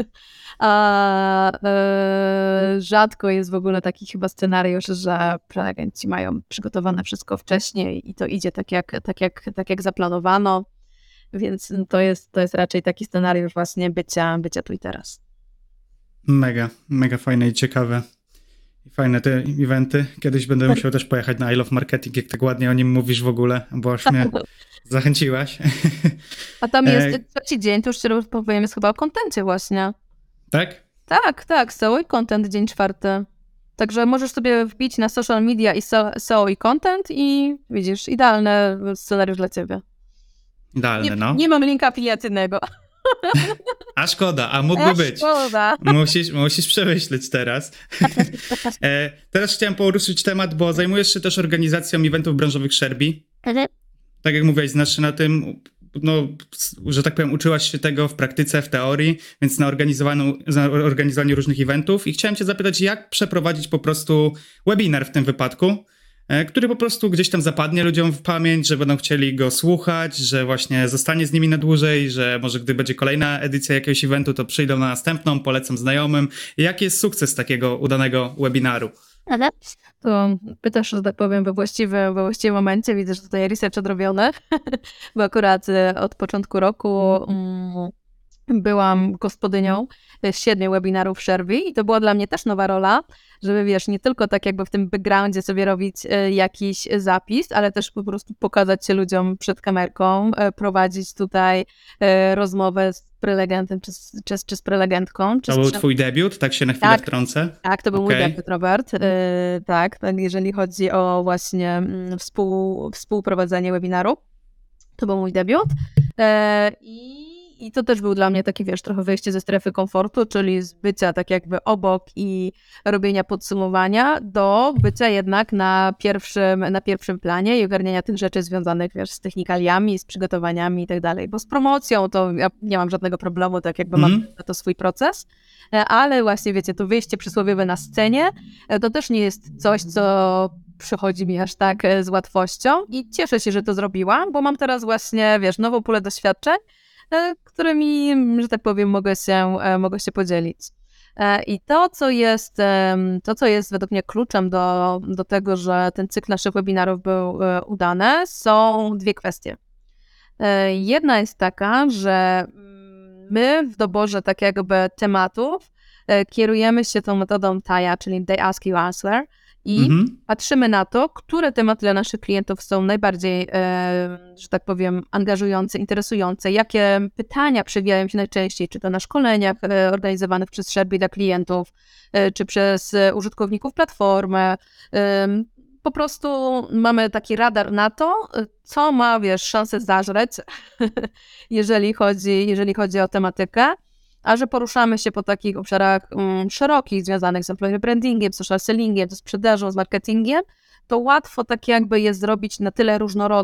A rzadko jest w ogóle taki chyba scenariusz, że prelegenci mają przygotowane wszystko wcześniej i to idzie tak jak zaplanowano, więc to jest raczej taki scenariusz właśnie bycia tu i teraz. Mega fajne i ciekawe. I fajne te eventy. Kiedyś będę musiał też pojechać na I Love Marketing, jak tak ładnie o nim mówisz w ogóle, bo aż mnie zachęciłaś. A tam jest trzeci dzień, to już się powiem, jest chyba o kontencie właśnie. Tak? Tak, SEO i content, dzień czwarty. Także możesz sobie wbić na social media i SEO i content i widzisz, idealny scenariusz dla ciebie. Idealny, no. Nie mam linka afiliacyjnego. A szkoda, a mógłby być. Szkoda. Musisz przemyśleć teraz. Teraz chciałem poruszyć temat, bo zajmujesz się też organizacją eventów branżowych Sherby. Tak jak mówiłeś, znasz się na tym, no, że tak powiem, uczyłaś się tego w praktyce, w teorii, więc na organizowaniu różnych eventów i chciałem cię zapytać, jak przeprowadzić po prostu webinar w tym wypadku, który po prostu gdzieś tam zapadnie ludziom w pamięć, że będą chcieli go słuchać, że właśnie zostanie z nimi na dłużej, że może gdy będzie kolejna edycja jakiegoś eventu, to przyjdą na następną, polecą znajomym. Jaki jest sukces takiego udanego webinaru? To pytasz, że tak powiem, we właściwym momencie. Widzę, że tutaj research odrobiony, bo akurat od początku roku byłam gospodynią 7 webinarów Sherby i to była dla mnie też nowa rola, żeby wiesz, nie tylko tak jakby w tym backgroundzie sobie robić jakiś zapis, ale też po prostu pokazać się ludziom przed kamerką, prowadzić tutaj rozmowę z prelegentem czy z prelegentką. To był twój debiut? Tak się na chwilę wtrącę? Tak, to był mój debiut, Robert. Tak, jeżeli chodzi o właśnie współprowadzenie webinaru, to był mój debiut. I to też był dla mnie taki, wiesz, trochę wyjście ze strefy komfortu, czyli z bycia tak jakby obok i robienia podsumowania do bycia jednak na pierwszym planie i ogarniania tych rzeczy związanych, wiesz, z technikaliami, z przygotowaniami i tak dalej. Bo z promocją to ja nie mam żadnego problemu, tak jakby mam na to swój proces, ale właśnie, wiecie, to wyjście przysłowiowe na scenie, to też nie jest coś, co przychodzi mi aż tak z łatwością i cieszę się, że to zrobiłam, bo mam teraz właśnie, wiesz, nową pulę doświadczeń, którymi, że tak powiem, mogę się podzielić. I to, co jest według mnie kluczem do tego, że ten cykl naszych webinarów był udany, są 2 kwestie. Jedna jest taka, że my w doborze tak jakby tematów kierujemy się tą metodą TAIA, czyli They Ask You Answer, i patrzymy na to, które tematy dla naszych klientów są najbardziej, że tak powiem, angażujące, interesujące, jakie pytania przewijają się najczęściej, czy to na szkoleniach organizowanych przez Sherby dla klientów, czy przez użytkowników platformy. Po prostu mamy taki radar na to, co ma, wiesz, szansę zażreć, jeżeli chodzi o tematykę. A że poruszamy się po takich obszarach szerokich, związanych z employer brandingiem, social sellingiem, ze sprzedażą, z marketingiem, to łatwo tak jakby jest zrobić na tyle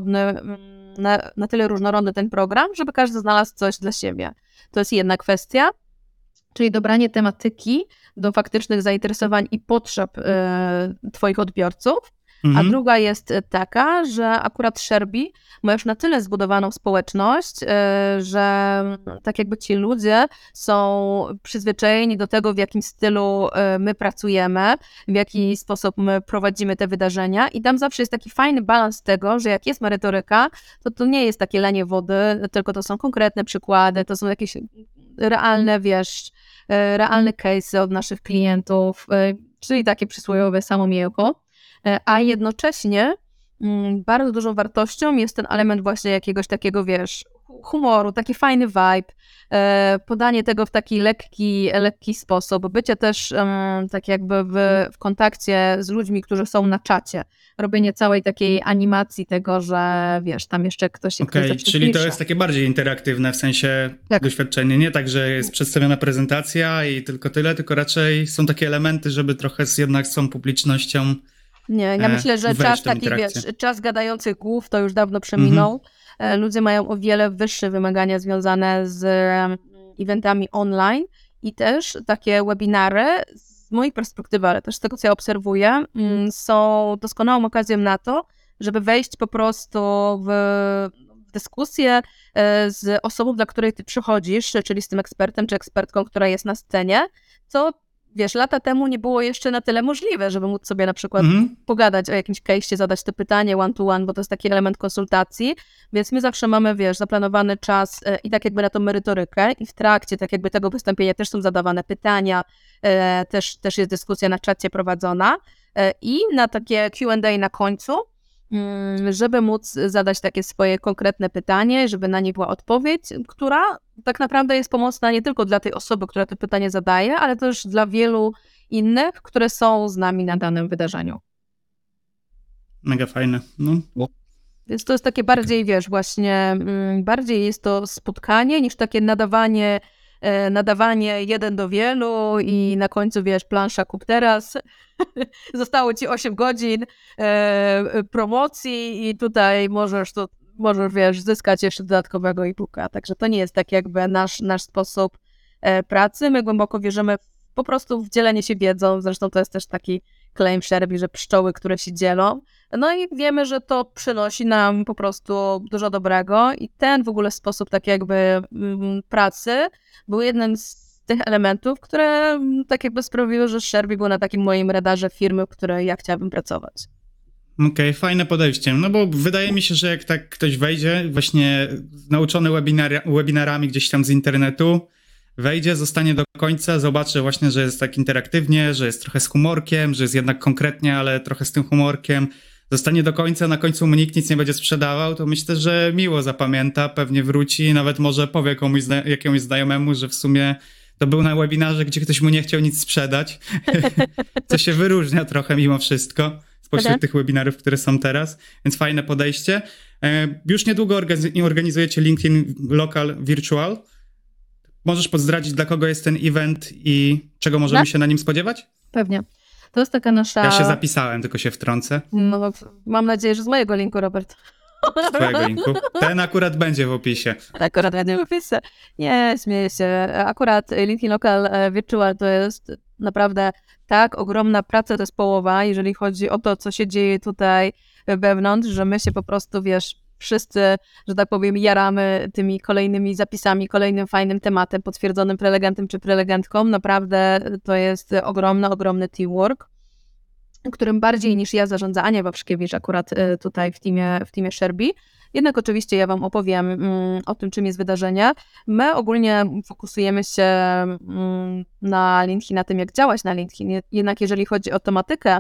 różnorodny ten program, żeby każdy znalazł coś dla siebie. To jest jedna kwestia, czyli dobranie tematyki do faktycznych zainteresowań i potrzeb twoich odbiorców. A druga jest taka, że akurat Sherby ma już na tyle zbudowaną społeczność, że tak jakby ci ludzie są przyzwyczajeni do tego, w jakim stylu my pracujemy, w jaki sposób my prowadzimy te wydarzenia i tam zawsze jest taki fajny balans tego, że jak jest merytoryka, to nie jest takie lanie wody, tylko to są konkretne przykłady, to są jakieś realne, wiesz, realne case'y od naszych klientów, czyli takie przysłowiowe samo mięcho. A jednocześnie bardzo dużą wartością jest ten element właśnie jakiegoś takiego, wiesz, humoru, taki fajny vibe, podanie tego w taki lekki sposób, bycie też tak jakby w kontakcie z ludźmi, którzy są na czacie, robienie całej takiej animacji tego, że wiesz, tam jeszcze ktoś czyli to jest takie bardziej interaktywne w sensie doświadczenie, nie tak, że jest przedstawiona prezentacja i tylko tyle, tylko raczej są takie elementy, żeby trochę jednak z tą publicznością. Nie, ja myślę, że czas taki, wiesz, czas gadających głów to już dawno przeminął. Ludzie mają o wiele wyższe wymagania związane z eventami online I też takie webinary z mojej perspektywy, ale też z tego, co ja obserwuję, są doskonałą okazją na to, żeby wejść po prostu w dyskusję z osobą, dla której ty przychodzisz, czyli z tym ekspertem czy ekspertką, która jest na scenie, co wiesz, lata temu nie było jeszcze na tyle możliwe, żeby móc sobie na przykład pogadać o jakimś case'ie, zadać to pytanie one to one, bo to jest taki element konsultacji, więc my zawsze mamy, wiesz, zaplanowany czas i tak jakby na tą merytorykę i w trakcie tak jakby tego wystąpienia też są zadawane pytania, też jest dyskusja na czacie prowadzona i na takie Q&A na końcu, żeby móc zadać takie swoje konkretne pytanie, żeby na nie była odpowiedź, która tak naprawdę jest pomocna nie tylko dla tej osoby, która to pytanie zadaje, ale też dla wielu innych, które są z nami na danym wydarzeniu. Mega fajne. No. Więc to jest takie bardziej, wiesz, właśnie bardziej jest to spotkanie niż takie nadawanie jeden do wielu i na końcu, wiesz, plansza kup teraz. Zostało ci 8 godzin promocji i tutaj możesz, wiesz, zyskać jeszcze dodatkowego e-booka. Także to nie jest tak jakby nasz sposób pracy. My głęboko wierzymy po prostu w dzielenie się wiedzą. Zresztą to jest też taki claim Sherby, że pszczoły, które się dzielą. No i wiemy, że to przynosi nam po prostu dużo dobrego i ten w ogóle sposób tak jakby pracy był jednym z tych elementów, które tak jakby sprawiły, że Sherby był na takim moim radarze firmy, w której ja chciałabym pracować. Okej, fajne podejście. No bo wydaje mi się, że jak tak ktoś wejdzie, właśnie nauczony webinarami gdzieś tam z internetu, wejdzie, zostanie do końca, zobaczy właśnie, że jest tak interaktywnie, że jest trochę z humorkiem, że jest jednak konkretnie, ale trochę z tym humorkiem, zostanie do końca, na końcu mu nikt nic nie będzie sprzedawał, to myślę, że miło zapamięta, pewnie wróci, nawet może powie jakiemuś znajomemu, że w sumie to był na webinarze, gdzie ktoś mu nie chciał nic sprzedać, co się wyróżnia trochę mimo wszystko spośród tych webinarów, które są teraz, więc fajne podejście. Już niedługo organizujecie LinkedIn Local Virtual. Możesz pozdradzić, dla kogo jest ten event i czego możemy się na nim spodziewać? Pewnie. To jest taka nasza... Ja się zapisałem, tylko się wtrącę. No, mam nadzieję, że z mojego linku, Robert. Z twojego linku. Ten akurat będzie w opisie. Akurat będzie w opisie. Nie, śmieję się. Akurat LinkedIn Local Virtual to jest naprawdę tak ogromna praca zespołowa, jeżeli chodzi o to, co się dzieje tutaj wewnątrz, że my się po prostu, wiesz, wszyscy, że tak powiem, jaramy tymi kolejnymi zapisami, kolejnym fajnym tematem, potwierdzonym prelegentem czy prelegentką. Naprawdę to jest ogromny teamwork, którym bardziej niż ja zarządza Ania Wawrzykiewicz akurat tutaj w teamie Sherby. Jednak oczywiście ja wam opowiem o tym, czym jest wydarzenie. My ogólnie fokusujemy się na LinkedIn, na tym, jak działać na LinkedIn. Jednak jeżeli chodzi o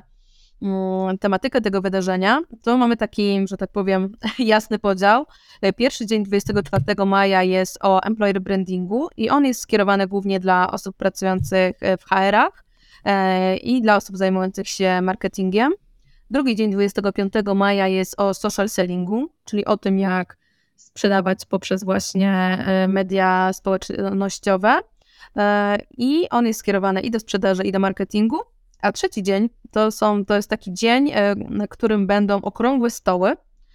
tematykę tego wydarzenia, to mamy taki, że tak powiem, jasny podział. Pierwszy dzień 24 maja jest o employer brandingu i on jest skierowany głównie dla osób pracujących w HR-ach i dla osób zajmujących się marketingiem. Drugi dzień 25 maja jest o social sellingu, czyli o tym, jak sprzedawać poprzez właśnie media społecznościowe i on jest skierowany i do sprzedaży, i do marketingu. A trzeci dzień to jest taki dzień, na którym będą okrągłe stoły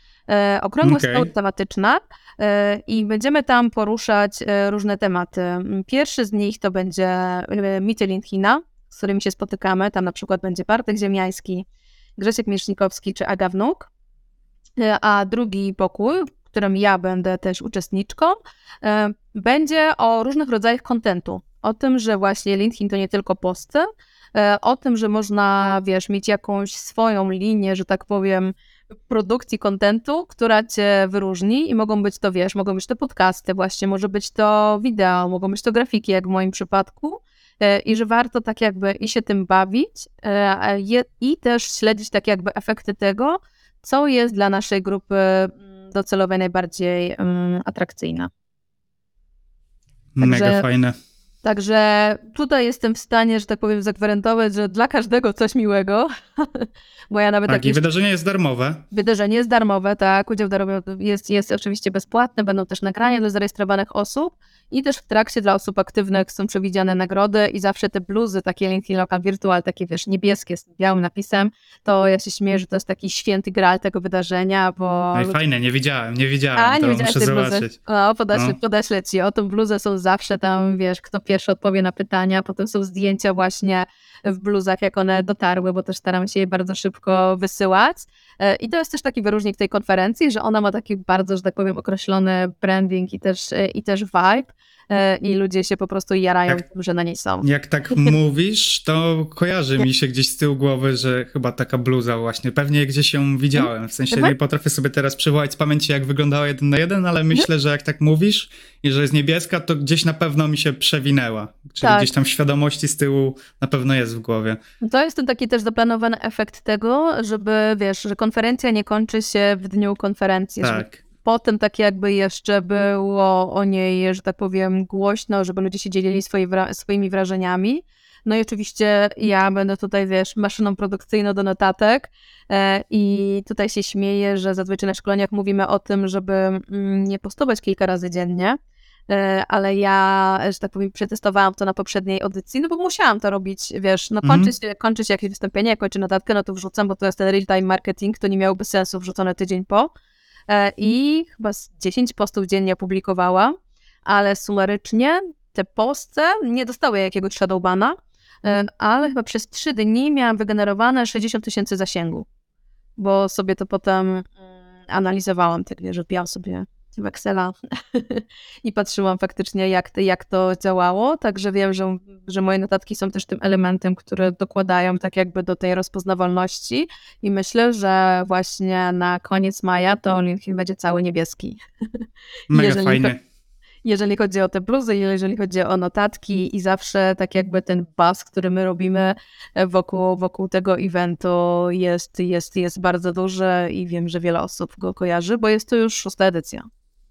stoły tematyczne i będziemy tam poruszać różne tematy. Pierwszy z nich to będzie mity LinkedIna, z którymi się spotykamy. Tam na przykład będzie Bartek Ziemiański, Grzesiek Miesznikowski czy Aga Wnuk. A drugi pokój, w którym ja będę też uczestniczką, będzie o różnych rodzajach kontentu. O tym, że właśnie LinkedIn to nie tylko posty, o tym, że można, wiesz, mieć jakąś swoją linię, że tak powiem, produkcji kontentu, która cię wyróżni i mogą być to, wiesz, mogą być to podcasty właśnie, może być to wideo, mogą być to grafiki, jak w moim przypadku i że warto tak jakby i się tym bawić i też śledzić tak jakby efekty tego, co jest dla naszej grupy docelowej najbardziej atrakcyjne. Mega fajne. Także tutaj jestem w stanie, że tak powiem, zagwarantować, że dla każdego coś miłego. Bo ja nawet tak, i wydarzenie jest darmowe. Wydarzenie jest darmowe, tak. Udział darmowy jest oczywiście bezpłatny, będą też nagrania dla zarejestrowanych osób I też w trakcie dla osób aktywnych są przewidziane nagrody i zawsze te bluzy, takie LinkedIn Local Virtual, takie wiesz, niebieskie z białym napisem, to ja się śmieję, że to jest taki święty graal tego wydarzenia, bo... No i fajne, nie widziałem, to nie widziałeś muszę tej bluzy? zobaczyć. O, podeślę ci. O, tą bluzę są zawsze tam, wiesz, kto pierwszy odpowie na pytania, potem są zdjęcia właśnie w bluzach, jak one dotarły, bo też staram się je bardzo szybko wysyłać. I to jest też taki wyróżnik tej konferencji, że ona ma taki bardzo, że tak powiem, określony branding i też vibe i ludzie się po prostu jarają tym, że na niej są. Jak tak mówisz, to kojarzy mi się gdzieś z tyłu głowy, że chyba taka bluza właśnie. Pewnie gdzieś ją widziałem. W sensie nie potrafię sobie teraz przywołać z pamięci, jak wyglądała 1:1, ale myślę, że jak tak mówisz i że jest niebieska, to gdzieś na pewno mi się przewinęła. Czyli gdzieś tam w świadomości z tyłu na pewno jest w głowie. To jest ten taki też zaplanowany efekt tego, żeby, wiesz, że konferencja nie kończy się w dniu konferencji. Tak. Potem tak jakby jeszcze było o niej, że tak powiem, głośno, żeby ludzie się dzielili swoimi wrażeniami. No i oczywiście ja będę tutaj, wiesz, maszyną produkcyjną do notatek i tutaj się śmieję, że zazwyczaj na szkoleniach mówimy o tym, żeby nie postować kilka razy dziennie, ale ja, że tak powiem, przetestowałam to na poprzedniej audycji, no bo musiałam to robić, wiesz, no kończy się jakieś wystąpienie, jak kończę notatkę, no to wrzucam, bo to jest ten real-time marketing, to nie miałoby sensu wrzucone tydzień po. I chyba z 10 postów dziennie publikowałam, ale sumarycznie te posty nie dostały jakiegoś shadowbana, ale chyba przez 3 dni miałam wygenerowane 60 000 zasięgu, bo sobie to potem analizowałam, tak wiesz, wbijałam sobie w Excela i patrzyłam faktycznie, jak to działało, także wiem, że moje notatki są też tym elementem, który dokładają tak jakby do tej rozpoznawalności i myślę, że właśnie na koniec maja to LinkedIn będzie cały niebieski. Mega fajny. Jeżeli chodzi o te bluzy, jeżeli chodzi o notatki i zawsze tak jakby ten buzz, który my robimy wokół tego eventu jest bardzo duży i wiem, że wiele osób go kojarzy, bo jest to już 6. edycja.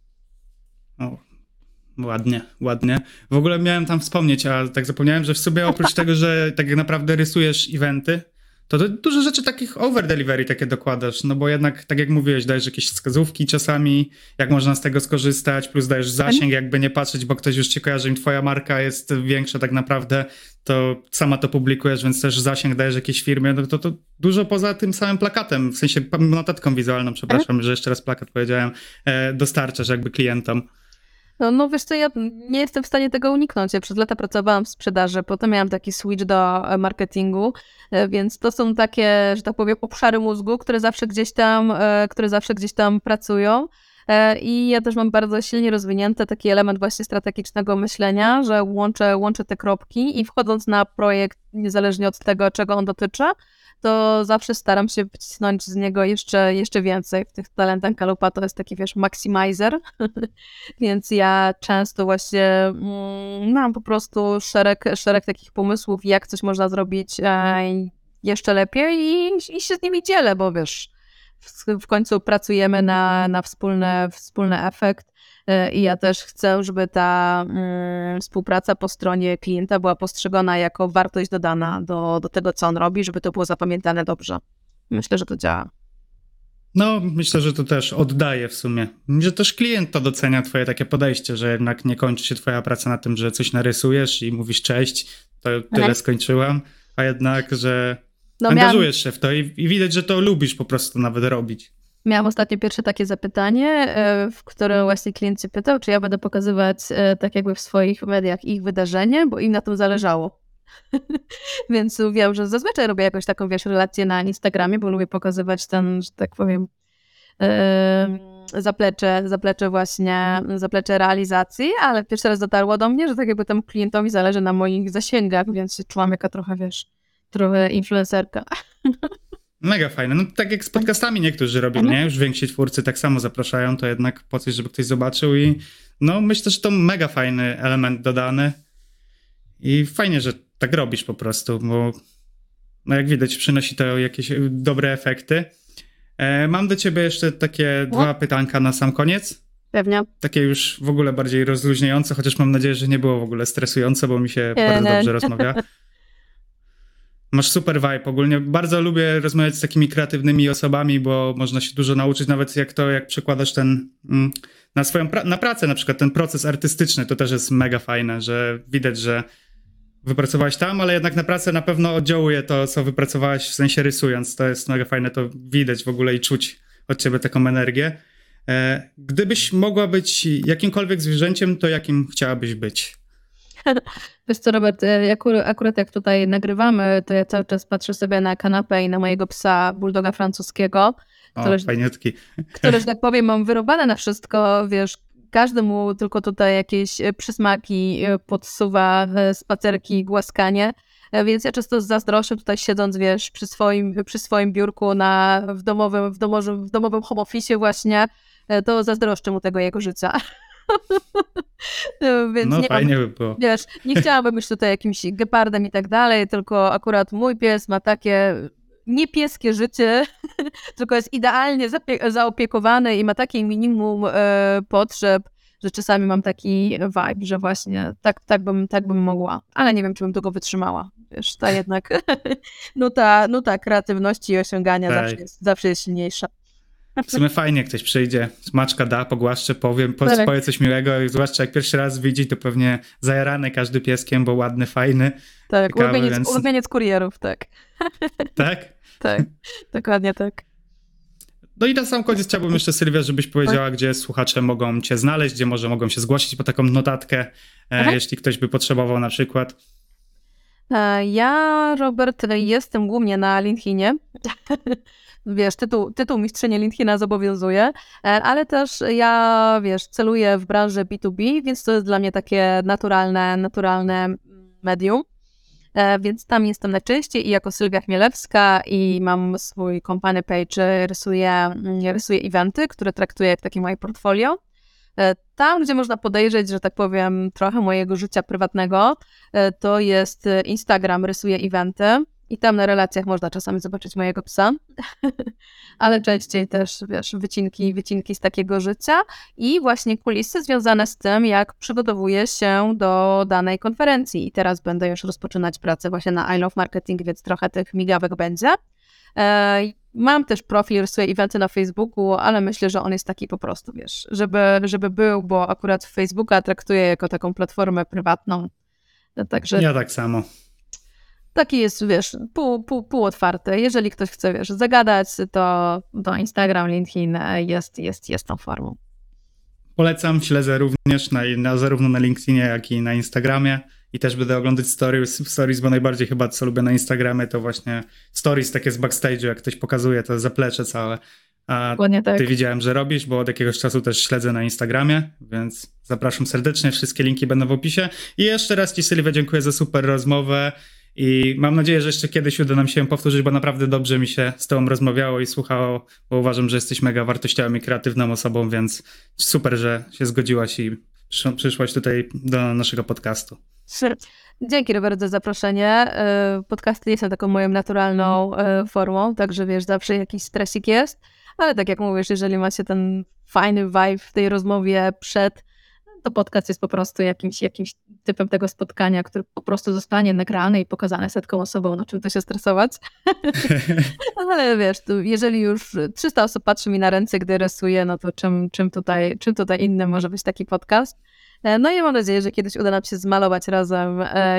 O, ładnie. W ogóle miałem tam wspomnieć, a tak zapomniałem, że w sobie oprócz tego, że tak naprawdę rysujesz eventy, to dużo rzeczy takich over delivery takie dokładasz, no bo jednak, tak jak mówiłeś, dajesz jakieś wskazówki czasami, jak można z tego skorzystać, plus dajesz zasięg, jakby nie patrzeć, bo ktoś już ci kojarzy, im twoja marka jest większa tak naprawdę, to sama to publikujesz, więc też zasięg dajesz jakiejś firmie, no to dużo poza tym samym plakatem, w sensie notatką wizualną, przepraszam, że jeszcze raz plakat powiedziałem, dostarczasz jakby klientom. No wiesz co, ja nie jestem w stanie tego uniknąć. Ja przez lata pracowałam w sprzedaży, potem miałam taki switch do marketingu, więc to są takie, że tak powiem, obszary mózgu, które zawsze gdzieś tam pracują. I ja też mam bardzo silnie rozwinięty taki element właśnie strategicznego myślenia, że łączę te kropki i wchodząc na projekt, niezależnie od tego, czego on dotyczy, to zawsze staram się wycisnąć z niego jeszcze więcej. W tych talentach Kalupa to jest taki, wiesz, maximizer, więc ja często właśnie mam po prostu szereg takich pomysłów, jak coś można zrobić jeszcze lepiej i się z nimi dzielę, bo wiesz, w końcu pracujemy na wspólny efekt i ja też chcę, żeby ta współpraca po stronie klienta była postrzegana jako wartość dodana do tego, co on robi, żeby to było zapamiętane dobrze. Myślę, że to działa. No, myślę, że to też oddaje w sumie. Że też klient to docenia twoje takie podejście, że jednak nie kończy się twoja praca na tym, że coś narysujesz i mówisz cześć, to tyle skończyłam, a jednak, że angażujesz się w to i widać, że to lubisz po prostu nawet robić. Miałam ostatnio pierwsze takie zapytanie, w którym właśnie klient się pytał, czy ja będę pokazywać tak jakby w swoich mediach ich wydarzenie, bo im na tym zależało. Więc mówiłam, że zazwyczaj robię jakąś taką, wiesz, relację na Instagramie, bo lubię pokazywać ten, że tak powiem, zaplecze realizacji, ale pierwszy raz dotarło do mnie, że tak jakby temu klientowi zależy na moich zasięgach, więc się czułam jaka trochę, wiesz, trochę influencerka. Mega fajne. No tak jak z podcastami niektórzy robią, nie? Już więksi twórcy tak samo zapraszają, to jednak po coś, żeby ktoś zobaczył i no myślę, że to mega fajny element dodany i fajnie, że tak robisz po prostu, bo no jak widać przynosi to jakieś dobre efekty. Mam do ciebie jeszcze takie 2 pytanka na sam koniec. Pewnie. Takie już w ogóle bardziej rozluźniające, chociaż mam nadzieję, że nie było w ogóle stresujące, bo mi się bardzo dobrze rozmawia. Masz super vibe ogólnie. Bardzo lubię rozmawiać z takimi kreatywnymi osobami, bo można się dużo nauczyć, nawet jak przekładasz na swoją na pracę, na przykład ten proces artystyczny, to też jest mega fajne, że widać, że wypracowałeś tam, ale jednak na pracę na pewno oddziałuje to, co wypracowałeś, w sensie rysując. To jest mega fajne, to widać w ogóle i czuć od ciebie taką energię. Gdybyś mogła być jakimkolwiek zwierzęciem, to jakim chciałabyś być? Wiesz co, Robert, akurat jak tutaj nagrywamy, to ja cały czas patrzę sobie na kanapę i na mojego psa, bulldoga francuskiego, Fajniutki. który, że tak powiem, mam wyrobane na wszystko, wiesz, każdy mu tylko tutaj jakieś przysmaki podsuwa, spacerki, głaskanie, więc ja często zazdroszczę tutaj siedząc, wiesz, przy swoim biurku w domowym home office właśnie, to zazdroszczę mu tego jego życia. Więc no fajnie by było. Wiesz, nie chciałabym być tutaj jakimś gepardem i tak dalej, tylko akurat mój pies ma takie nie pieskie życie, tylko jest idealnie zaopiekowany i ma takie minimum potrzeb, że czasami mam taki vibe, że właśnie tak bym mogła, ale nie wiem, czy bym tego wytrzymała. Wiesz, ta jednak nuta kreatywności i osiągania tak. zawsze jest silniejsza. W sumie fajnie, ktoś przyjdzie, smaczka da, pogłaszcze, powie coś miłego, zwłaszcza jak pierwszy raz widzi, to pewnie zajarany każdy pieskiem, bo ładny, fajny. Tak, ciekawy, ulubieniec kurierów, tak. Tak? Tak, dokładnie tak. No i na sam koniec chciałbym jeszcze, Sylwia, żebyś powiedziała, gdzie słuchacze mogą cię znaleźć, gdzie może mogą się zgłosić po taką notatkę, jeśli ktoś by potrzebował na przykład. Ja, Robert, jestem głównie na LinkedInie. Wiesz, tytuł mistrzyni LinkedIna zobowiązuje, ale też ja, wiesz, celuję w branży B2B, więc to jest dla mnie takie naturalne medium. Więc tam jestem najczęściej i jako Sylwia Chmielewska i mam swój company page, rysuję eventy, które traktuję jak takie moje portfolio. Tam, gdzie można podejrzeć, że tak powiem, trochę mojego życia prywatnego, to jest Instagram, rysuję eventy i tam na relacjach można czasami zobaczyć mojego psa, ale częściej też, wiesz, wycinki z takiego życia i właśnie kulisy związane z tym, jak przygotowuję się do danej konferencji i teraz będę już rozpoczynać pracę właśnie na I Love Marketing, więc trochę tych migawek będzie. Mam też profil, rysuję eventy na Facebooku, ale myślę, że on jest taki po prostu, wiesz, żeby był, bo akurat Facebooka traktuję jako taką platformę prywatną. Także ja tak samo. Taki jest, wiesz, pół otwarty. Jeżeli ktoś chce, wiesz, zagadać, to Instagram, LinkedIn jest tą formą. Polecam, śledzę również zarówno na LinkedInie, jak i na Instagramie. I też będę oglądać stories, bo najbardziej chyba co lubię na Instagramie to właśnie stories takie z backstage'u, jak ktoś pokazuje to zaplecze całe. A tak. Ty widziałem, że robisz, bo od jakiegoś czasu też śledzę na Instagramie, więc zapraszam serdecznie, wszystkie linki będą w opisie. I jeszcze raz Ci, Sylwia, dziękuję za super rozmowę i mam nadzieję, że jeszcze kiedyś uda nam się ją powtórzyć, bo naprawdę dobrze mi się z Tobą rozmawiało i słuchało, bo uważam, że jesteś mega wartościową i kreatywną osobą, więc super, że się zgodziłaś i przyszłaś tutaj do naszego podcastu. Dzięki, Robert, za zaproszenie. Podcasty nie są taką moją naturalną formą, także wiesz, zawsze jakiś stresik jest, ale tak jak mówisz, jeżeli macie ten fajny vibe w tej rozmowie to podcast jest po prostu jakimś typem tego spotkania, który po prostu zostanie nagrany i pokazany setką osobom, no czym to się stresować. Ale wiesz, jeżeli już 300 osób patrzy mi na ręce, gdy rysuję, no to czym tutaj innym może być taki podcast? No i mam nadzieję, że kiedyś uda nam się zmalować razem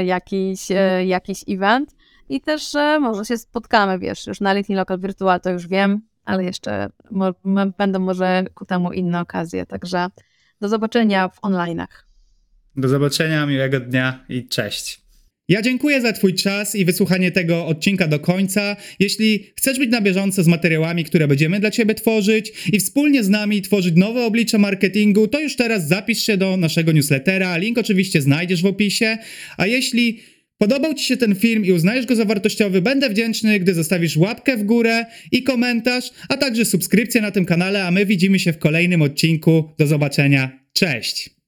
jakiś event i też może się spotkamy, wiesz, już na LinkedIn Local Virtual to już wiem, ale jeszcze będą może ku temu inne okazje, także do zobaczenia w online'ach. Do zobaczenia, miłego dnia i cześć. Ja dziękuję za Twój czas i wysłuchanie tego odcinka do końca. Jeśli chcesz być na bieżąco z materiałami, które będziemy dla Ciebie tworzyć i wspólnie z nami tworzyć nowe oblicza marketingu, to już teraz zapisz się do naszego newslettera. Link oczywiście znajdziesz w opisie. A jeśli podobał Ci się ten film i uznajesz go za wartościowy, będę wdzięczny, gdy zostawisz łapkę w górę i komentarz, a także subskrypcję na tym kanale, a my widzimy się w kolejnym odcinku. Do zobaczenia. Cześć!